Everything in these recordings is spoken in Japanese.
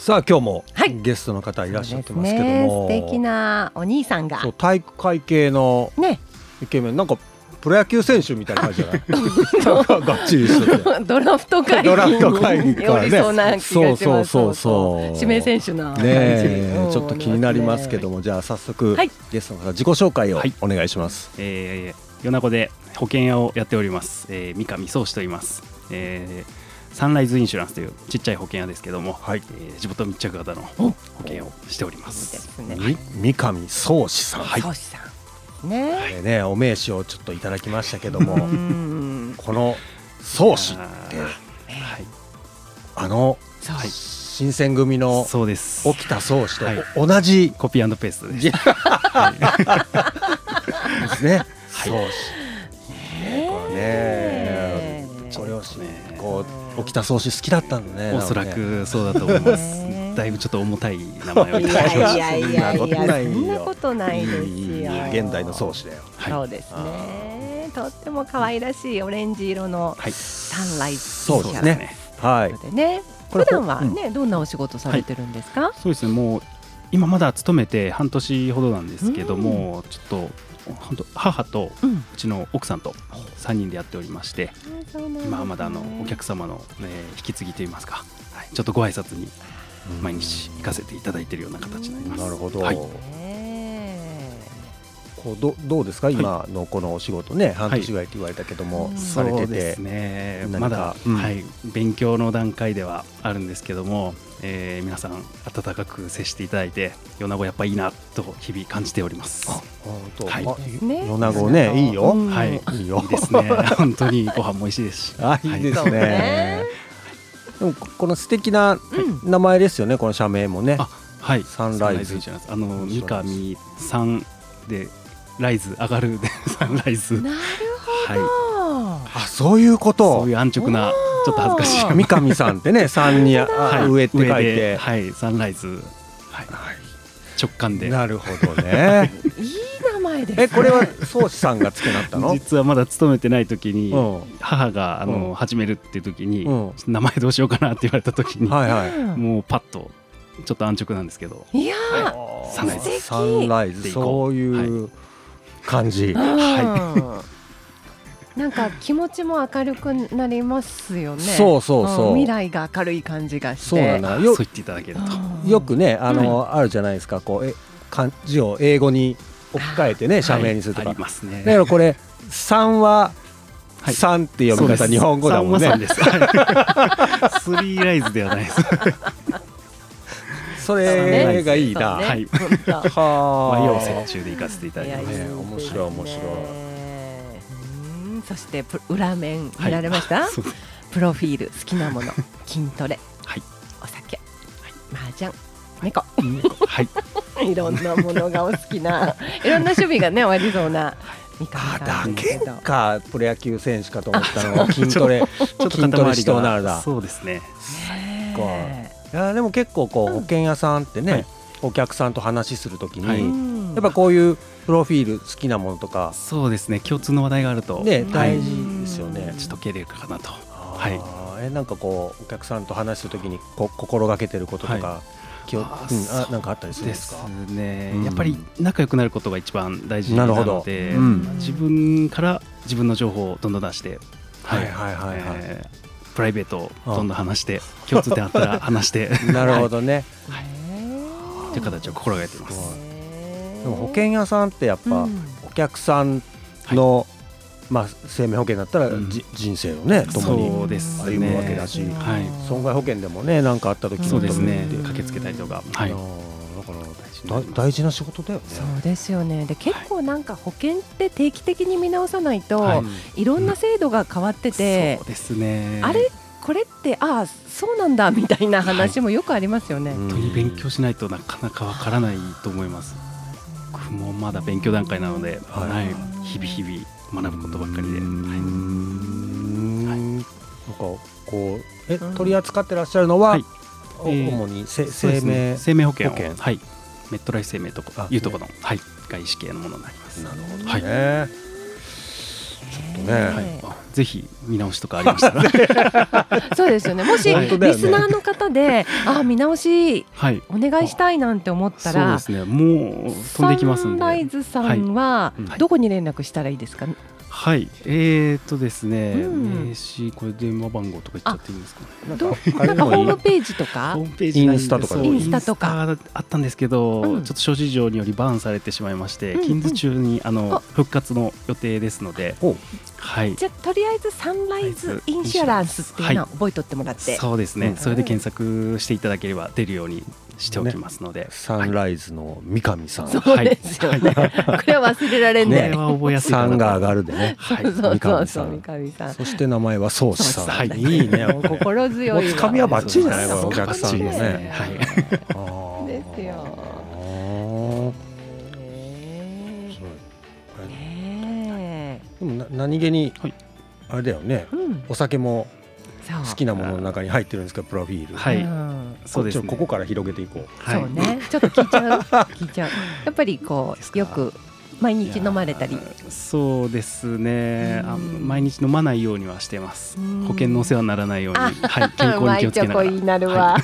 さあ今日もはいゲストの方いらっしゃってますけども、 素敵なお兄さんがそう体育会系のねイケメン、なんかプロ野球選手みたいな感じじゃないなんかがっちりしててドラフト会議ドラフト会議からねよりそうな気がします。 そう指名選手な感じ、 ね、ちょっと気になりますけども、じゃあ早速、 はい、 ゲストの方自己紹介をお願いします。 米子で保険屋をやっております、三上宗志と言います、サンライズインシュランスというちっちゃい保険屋ですけども、 はい、 地元密着型の保険をしております。 三上宗志さん、 宗志さんね、 お名刺をちょっといただきましたけどもこの宗志って、新選組の沖田宗志と同じコピー&ペーストですですね。宗志ご両親沖田宗志好きだったんだね。 おそらくそうだと思いますだいぶちょっと重たい名前をいただきました。 いやそんなことないですよ。 現代の宗志だよ。 そうですね。とっても可愛らしいオレンジ色のサンライズそうですね。はい。 ね、普段はね、どんなお仕事されてるんですか？ そうですね、もう今まだ勤めて半年ほどなんですけども、ちょっと本当母とうちの奥さんと3人でやっておりまして、今はまだお客様の引き継ぎといいますか、ちょっとご挨拶に毎日行かせていただいているような形になります。 なるほど。どうですか今のこのお仕事ね、半年ぐらいって言われたけども、されてて。 そうですね、まだ勉強の段階ではあるんですけども、皆さん温かく接していただいて、米子やっぱいいなと日々感じております。 米子ね、いいよ。 いいよ。いいですね。本当にご飯も美味しいですし。 いいですね。でもこの素敵な名前ですよね、この社名もね。 はい。 サンライズ。 三上さんでライズ上がるでサンライズ。 なるほど。 そういうこと。 そういう安直なちょっと恥ずかしい。 三上さんってね、三に上って書いて、 サンライズ。直感で。 なるほどね。 いい名前ですね。 これは宗志さんがつけなったの？ 実はまだ勤めてない時に母が始めるっていう時に名前どうしようかなって言われた時にもうパッとちょっと安直なんですけど、 いやサンライズ、そういう感じ。 なんか気持ちも明るくなりますよね。 そう未来が明るい感じがして。 そうなんだ。そう言っていただけると。 よくね、あるじゃないですか、こう漢字を英語に置き換えてね、社名にするとか。 ありますね。 だからこれ3は3って読み方、日本語だもんね。 3は3です。スリーライズではないです。 それがいいな。 はい。和洋折衷で行かせていただきます。 面白い面白い。 そして裏面見られました？プロフィール、好きなもの、筋トレ、お酒、麻雀、猫。いろんなものがお好きな、いろんな趣味がねおありそうな三上さんだけか。プロ野球選手かと思ったの筋トレ、筋トレしとなるだ。 そうですね。 いやでも結構こう保険屋さんってね、お客さんと話するときにやっぱこういうプロフィール、好きなものとか、 そうですね、共通の話題があるとね、大事ですよね。 ちょっと受け入れるかなと。 なんかこうお客さんと話するときに心がけてることとかなんかあったりするんですか？ ですね、やっぱり仲良くなることが一番大事なので、自分から自分の情報をどんどん出して、プライベートをどんどん話して、共通点あったら話してなるほどね。 という形を心がけています。 でも保険屋さんってやっぱお客さんの生命保険だったら人生をね共に歩むわけだし、損害保険でもね何かあった時にそうですね、駆けつけたりとか、だから大事な仕事だよね。 そうですよね。で結構なんか保険って定期的に見直さないといろんな制度が変わってて、 そうですね、 あれこれってそうなんだみたいな話もよくありますよね。 本当に勉強しないとなかなかわからないと思います。僕もまだ勉強段階なので、日々学ぶことばっかりで。 なんかこう取り扱ってらっしゃるのは主に生命保険を、メットライフ生命というところの外資系のものになります。 なるほどね。 ちょっとね、 ぜひ見直しとかありましたらそうですよね。もしリスナーの方で見直しお願いしたいなんて思ったら、 そうですね、もう飛んできますんで。 サンライズさんはどこに連絡したらいいですか？ はい、ですね、名刺、これ電話番号とか言っちゃっていいんですかね。 なんかホームページとか、 インスタとか、 インスタとかあったんですけど、ちょっと諸事情によりバーンされてしまいまして、近日中に復活の予定ですので、はい。 じゃあとりあえずサンライズインシュアランスっていうのを覚えとってもらって、 そうですね。それで検索していただければ出るようにしておきますので、 サンライズの三上さん、 そうですよね。これは忘れられない。 これは覚えやすい。 サンが上がるでね。 そう三上さん。 そして名前は宗師さん。 いいね。心強い。 つかみはバッチリじゃない？お客さんね。 はい。 ですよ。 でも何気にあれだよね。お酒も好きなものの中に入ってるんですか、プロフィール。 はい。そうですね。 ここから広げていこう。 そうね。ちょっと聞いちゃう。やっぱりこうよく毎日飲まれたり。 そうですね。毎日飲まないようにはしてます。保険のお世話にならないように、健康に気をつけながら。 になるわ。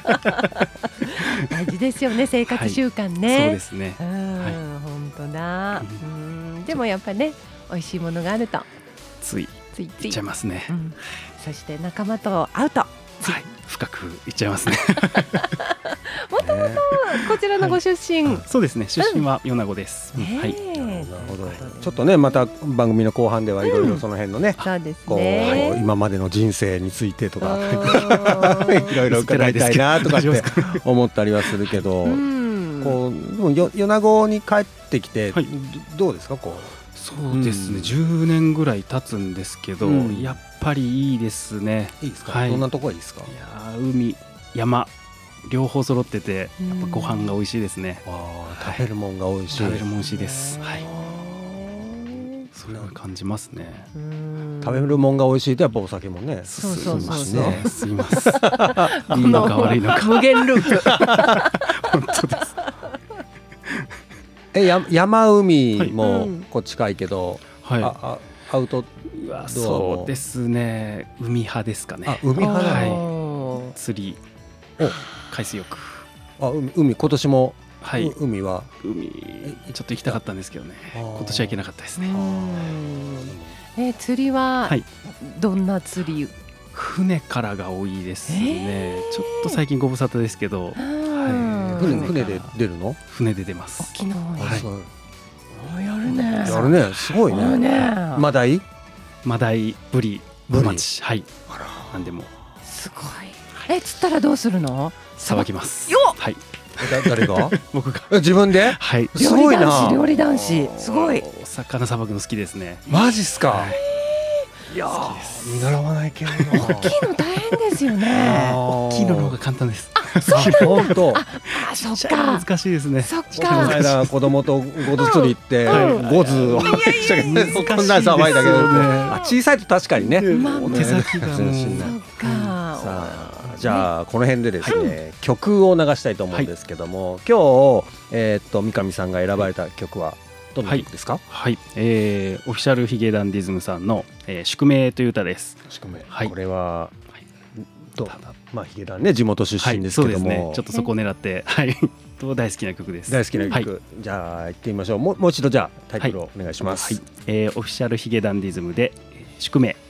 大事ですよね、生活習慣ね。 そうですね。 本当だ。でもやっぱね、美味しいものがあるとついいっちゃいますね。 そして仲間と会うと深くいっちゃいますね。 もともとこちらのご出身、 そうですね、出身は米子です。はい。 なるほど。ちょっとね、また番組の後半ではいろいろその辺のね、 そうですね、 今までの人生についてとかいろいろ伺いたいなとかって思ったりはするけど、こう米子に帰ってきてどうですか？こうそうですね、10年ぐらい経つんですけど、やっぱりいいですね。 いいですか？どんなとこがいいですか？ いや、海山両方揃ってて、やっぱご飯が美味しいですね。 食べるもんが美味しい。 食べるもん美味しいです。はい。それは感じますね。 食べるもんが美味しいとやっぱお酒もね。 そうすみます。いいのか悪いのか。 無限ループ。 本当です。 山海もこっ近いけど、アウトドアも。 そうですね、海派ですかね。 海派だ。 釣り、海水浴。 海今年も海はちょっと行きたかったんですけどね、今年は行けなかったですね。 釣りはどんな釣り？ 船からが多いですね。ちょっと最近ご無沙汰ですけど、 船で出るの？ 船で出ます。 沖縄やるね。 やるね。すごいね。マダイ、 ブリ、ブマチ、はい。なんでも。 すごい。釣ったらどうするの？ さばきます。はい。 誰が？ 僕が。 自分で？ はい。 すごいな。 料理男子。すごい。 お魚さばくの好きですね。 マジっすか？いや、 見習わないけど。 大きいの大変ですよね。 大きいのの方が簡単です。 本当。 そっか。 難しいですね。 そっか。 この間子供とゴズ釣り行ってゴズをしたけど、こんなさばいたけどね。小さいと確かにね。 手先がもう。 そっか。 じゃあこの辺でですね、曲を流したいと思うんですけども、今日三上さんが選ばれた曲はどんな曲ですか？ はい、オフィシャルヒゲダンディズムさんの宿命という歌です。 宿命。これはまあヒゲダンね、地元出身ですけども、 ちょっとそこを狙って大好きな曲です。 大好きな曲。じゃあ行ってみましょう。もう一度じゃあタイトルをお願いします。 オフィシャルヒゲダンディズムで宿命。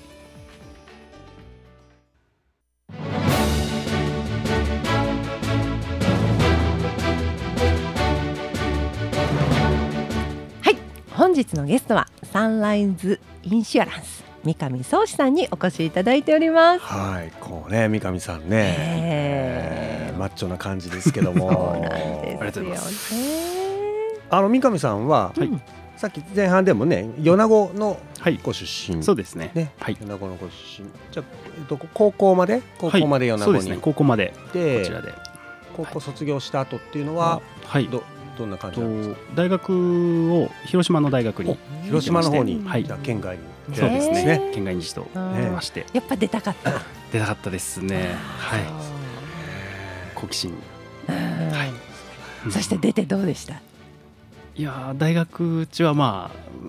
本日のゲストはサンライズインシュアランス三上宗志さんにお越しいただいております。 はい、こうね、三上さんね、マッチョな感じですけども。 そうなんですよね。 三上さんは、さっき前半でもね、米子のご出身。 そうですね。 米子のご出身。じゃあ高校まで米子に。 そうですね。高校までで、 こちらで。 高校卒業した後っていうのはどんな感じなんですか？ 大学を広島の大学に、 広島の方に、県外に。 そうですね。県外に一度出まして、 やっぱ出たかった。 出たかったですね。はい。好奇心。 はい。そして出てどうでした？ いや、大学中はまあ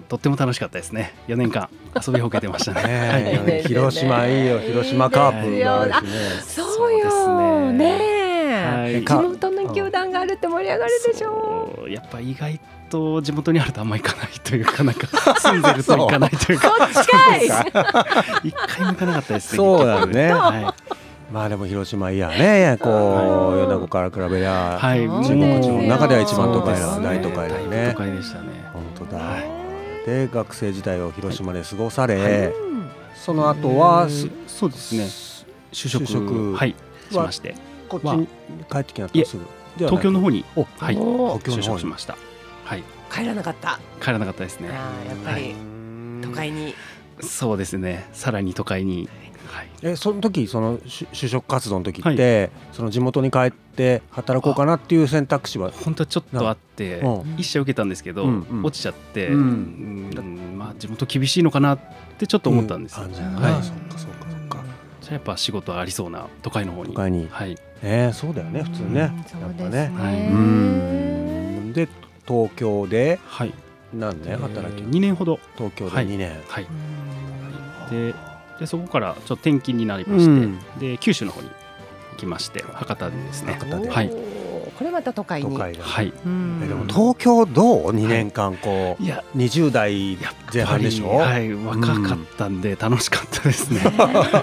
とっても楽しかったですね。4年間遊びほうけてましたね。 広島いいよ、広島カープがあるしね。 そうよね。地元の球団があるって盛り上がるでしょ。 やっぱ意外と地元にあるとあんま行かないというか、なんか住んでると行かないというか。 そっちかい。 一回も行かなかったですね。 そうだね。まあでも広島いやね、こう米子から比べりゃ中国地の中では一番都会な大都会だよね。 都会でしたね。 本当だ。で学生時代を広島で過ごされ、その後はそうですね。就職しまして、 こっちに帰ってきなったすぐ東京の方に就職しました。 帰らなかった。 帰らなかったですね。 やっぱり都会に。 そうですね。さらに都会に。 その時その就職活動の時って、その地元に帰って働こうかなっていう選択肢は本当はちょっとあって、一社受けたんですけど落ちちゃって、まあ地元厳しいのかなってちょっと思ったんです。 そうか。 じゃあやっぱ仕事ありそうな都会の方に。 そうだよね、普通ね。やっぱね。で東京で何年働き ？2年ほど。 東京で2年。 でそこからちょっと転勤になりまして、で九州の方に行きまして、博多でですね。 これまた都会に。 でも東京どう？2年間こう20代前半でしょ。 若かったんで楽しかったですね。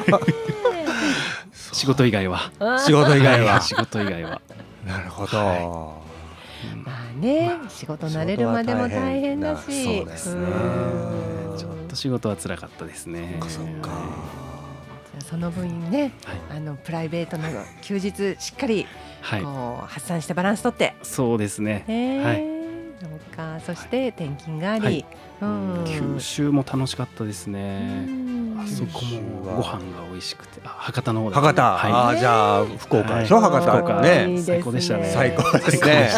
仕事以外は。 仕事以外は。なるほど。 まあね、仕事慣れるまでも大変だし。 そうですね。 ちょっと仕事は辛かったですね。 その分ね、プライベートの休日しっかりこう発散してバランス取って。 そうですね。 そうか。そして転勤があり、 九州も楽しかったですね。あそこもご飯が美味しくて、博多の方。 博多。じゃあ福岡でしょ。博多ね。 最高でしたね。 最高ですね。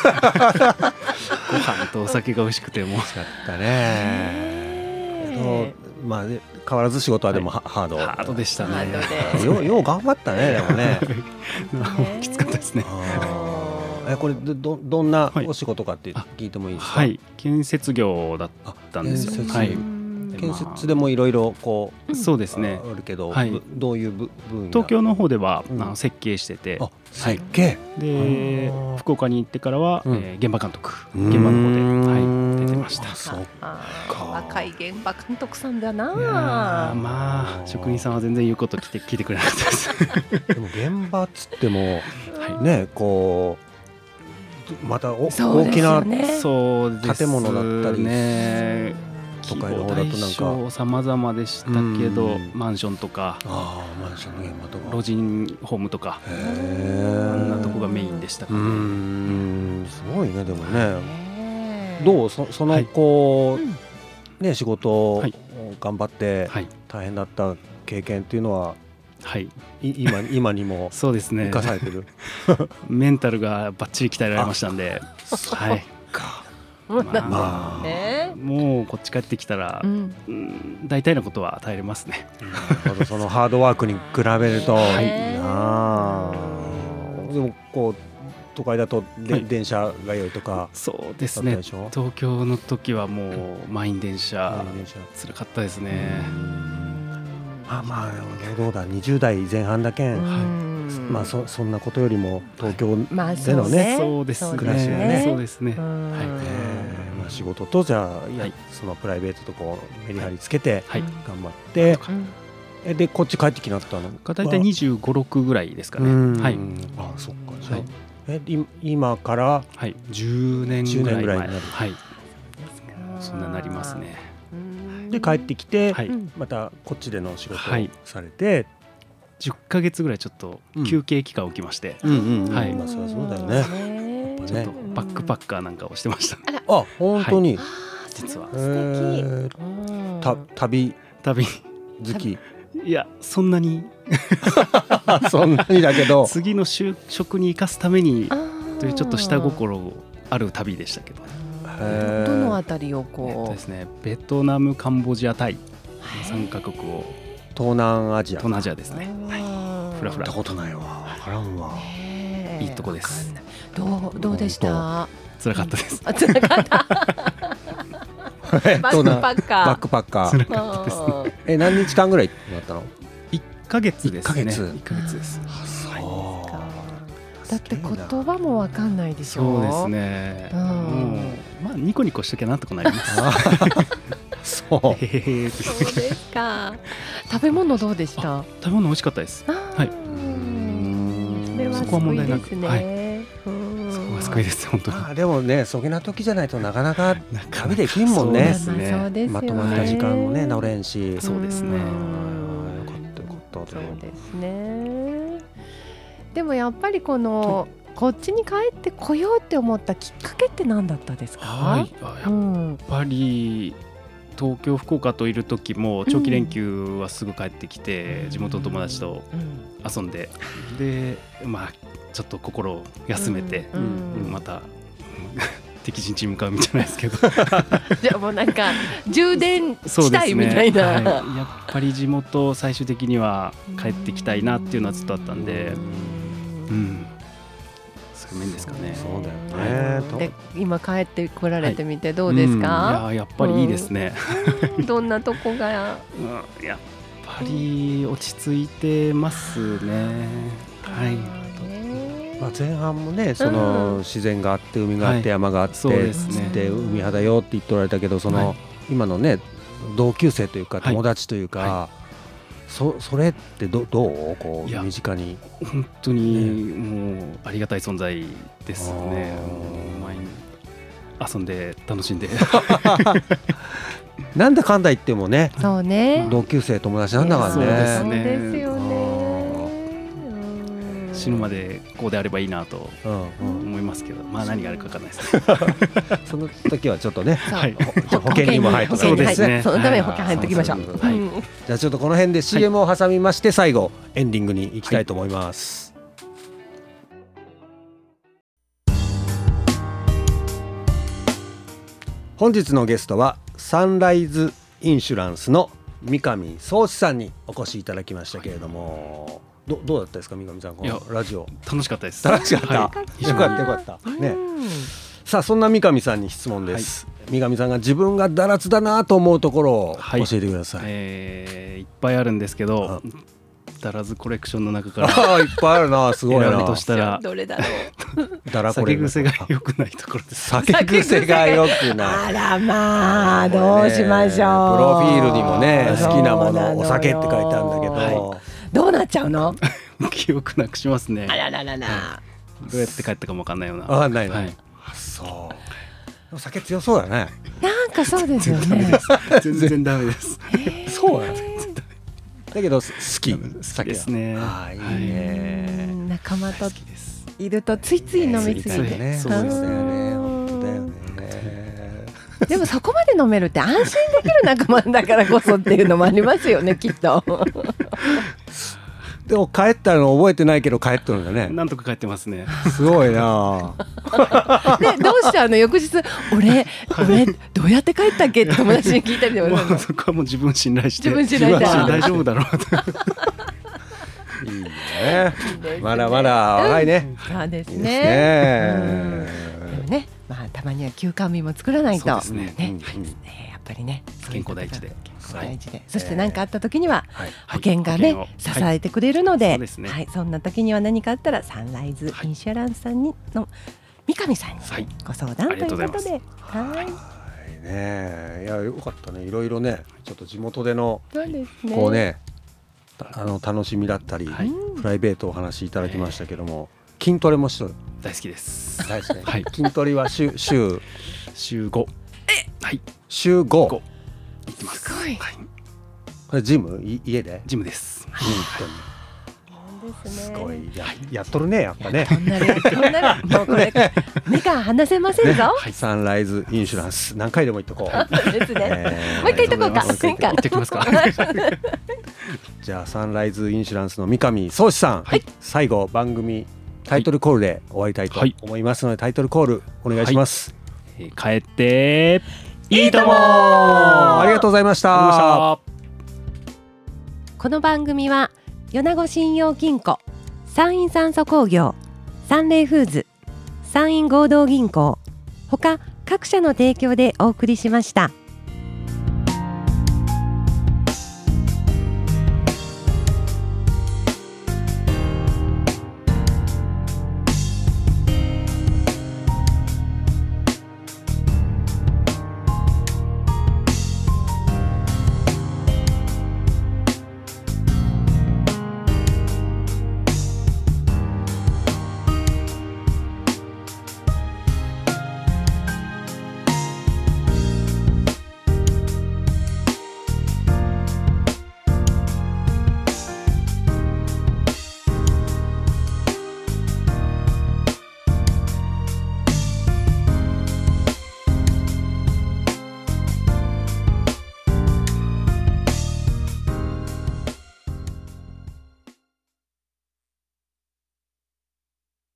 ご飯とお酒が美味しくてもう。 美味しかったね。まあ変わらず仕事はでもハードでしたね。 よう頑張ったね。でもね。 きつかったですね。 これどんなお仕事かって聞いてもいいですか？ 建設業だったんですよ。 建設でもいろいろこうそうですねあるけど、どういう部分？ 東京の方では設計してて、 設計で福岡に行ってからは現場監督、現場の方で出てました。 若い現場監督さんだな。 まあ職人さんは全然言うこと聞いてくれなかったです。 でも現場っつってもね、こうまた大きな建物だったりね。都会の方だとなんか様々でしたけど、マンションとかマンションの現場とか老人ホームとかあんなとこがメインでしたからね。 すごいね。でもね、どうそのこうね仕事を頑張って大変だった経験っていうのは今にもそうですね生かされてる。 メンタルがバッチリ鍛えられましたんで。もうこっち帰ってきたら大体のことは耐えれますね。 そのハードワークに比べると、でもこう都会だと電車が良いとか。 そうですね。東京の時はもう満員電車辛かったですね。 まあどうだ20代前半だけん、まあそんなことよりも東京でのね暮らしがね、そうですね。仕事とじゃあそのプライベートとこうメリハリつけて頑張ってでこっち帰ってきなったのが大体25、6ぐらいですかね。 そっか。じゃあ今から 10年ぐらい前。 はいそんななりますね。 で帰ってきてまたこっちでの仕事をされて 10ヶ月ぐらいちょっと休憩期間を置きまして、 そうだよね。 ちょっとバックパッカーなんかをしてました。 本当に。 実は旅好き。 いやそんなにそんなにだけど次の就職に生かすためにというちょっと下心ある旅でしたけど。 どのあたりをこうですね、ベトナム、カンボジア、タイ3カ国を東南アジアですね。フラフラ。 行ったことないわ。分からんわ。 いいとこです。 どうでした？ 辛かったです。 辛かった。 バックパッカー。 バックパッカー。 辛かったですね。 何日間ぐらいだったの ？1ヶ月ですね。 1ヶ月です。 だって言葉もわかんないでしょ。 そうですね。まあニコニコしときゃなんとかなります。 そうですか。食べ物どうでした？ 食べ物美味しかったです。はい。そこは問題なく。はい。そこは救いです本当に。 でもね、そげな時じゃないとなかなか旅できんもんね。まとまった時間もね乗れんし。 そうですね。よかったよかった。 そうですね。でもやっぱりこっちに帰ってこようって思ったきっかけって何だったですか？ やっぱり東京福岡といる時も長期連休はすぐ帰ってきて、地元の友達と遊んで、でまあちょっと心を休めて、また敵陣地に向かうみたいですけどじゃあもうなんか充電したいみたいな、 やっぱり地元最終的には帰ってきたいなっていうのはずっとあったんで、そういう面ですかね。 そうだよね。 で今帰ってこられてみてどうですか？ やっぱりいいですね。 どんなとこが？ やっぱり落ち着いてますね。はい。 前半もね、その自然があって海があって山があってで海肌よって言っておられたけど、その今のね同級生というか友達というか、それってどうこう身近に本当にもうありがたい存在ですね。毎日遊んで楽しんでなんだかんだ言ってもね、 そうね、 同級生友達なんだからね。 そうですよね。 死ぬまでこうであればいいなと思いますけど、まあ何があるか分かんないです。 その時はちょっとね、保険にも入って、 そうですね。そのために保険入っておきましょう。 じゃあちょっとこの辺で CM を挟みまして、最後エンディングに行きたいと思います。本日のゲストはサンライズインシュランスの三上壮志さんにお越しいただきましたけれども、どうだったですか、三上さん、このラジオ。 楽しかったです。 楽しかった、よかったよかったね。さあそんな三上さんに質問です。三上さんが自分がだらつだなと思うところを教えてください。 いっぱいあるんですけど、だらずコレクションの中からいっぱいあるな、すごいな。 選ぶとしたらどれだろう。 だらこれ酒癖が良くないところです。 酒癖が良くない。 あらまあどうしましょう。プロフィールにもね、好きなものお酒って書いてあるんだけど、 どうなっちゃうの？ 記憶なくしますね。 あらららら。 どうやって帰ったかも分かんないような。 分かんないな。そう。お酒強そうだね。 なんかそうですよね。 全然ダメです。 そうなんです。だけど好きですね。 いいね。 仲間といるとついつい飲みすぎて。 そうですよね。本当だよね。 でもそこまで飲めるって安心できる仲間だからこそっていうのもありますよね、きっと。 でも帰ったの覚えてないけど帰ってるんだね。 なんとか帰ってますね。 すごいな。 でどうして翌日俺どうやって帰ったっけって友達に聞いたりでもそこはもう自分信頼して大丈夫だろうと。 いいね。まだまだ若いね。 そうですね。でもね、まあたまには休館日も作らないと。 そうですね。 やっぱりね、 健康第一で。 そして何かあった時には保険がね支えてくれるので、そんな時には何かあったらサンライズインシュランスさんの三上さんにご相談ということで。 いやよかったね。いろいろね、ちょっと地元でのこうね、楽しみだったりプライベートお話いただきましたけども、筋トレもしてる。 大好きです。 大好き。筋トレは週5。 はい。 週5。 すごい。 これジム？家で？ ジムです。 すごい。やっとるね、やっぱね。 もうこれ目が離せませんぞ。 サンライズインシュランス、何回でも言っとこう。 ですね。もう一回言っとこうか。 言ってきますか。 じゃあサンライズインシュランスの三上壮志さん、最後番組タイトルコールで終わりたいと思いますので、タイトルコールお願いします。 帰っていいとも。 ありがとうございました。 この番組は米子信用金庫、山陰酸素工業、サンレイフーズ、山陰合同銀行他各社の提供でお送りしました。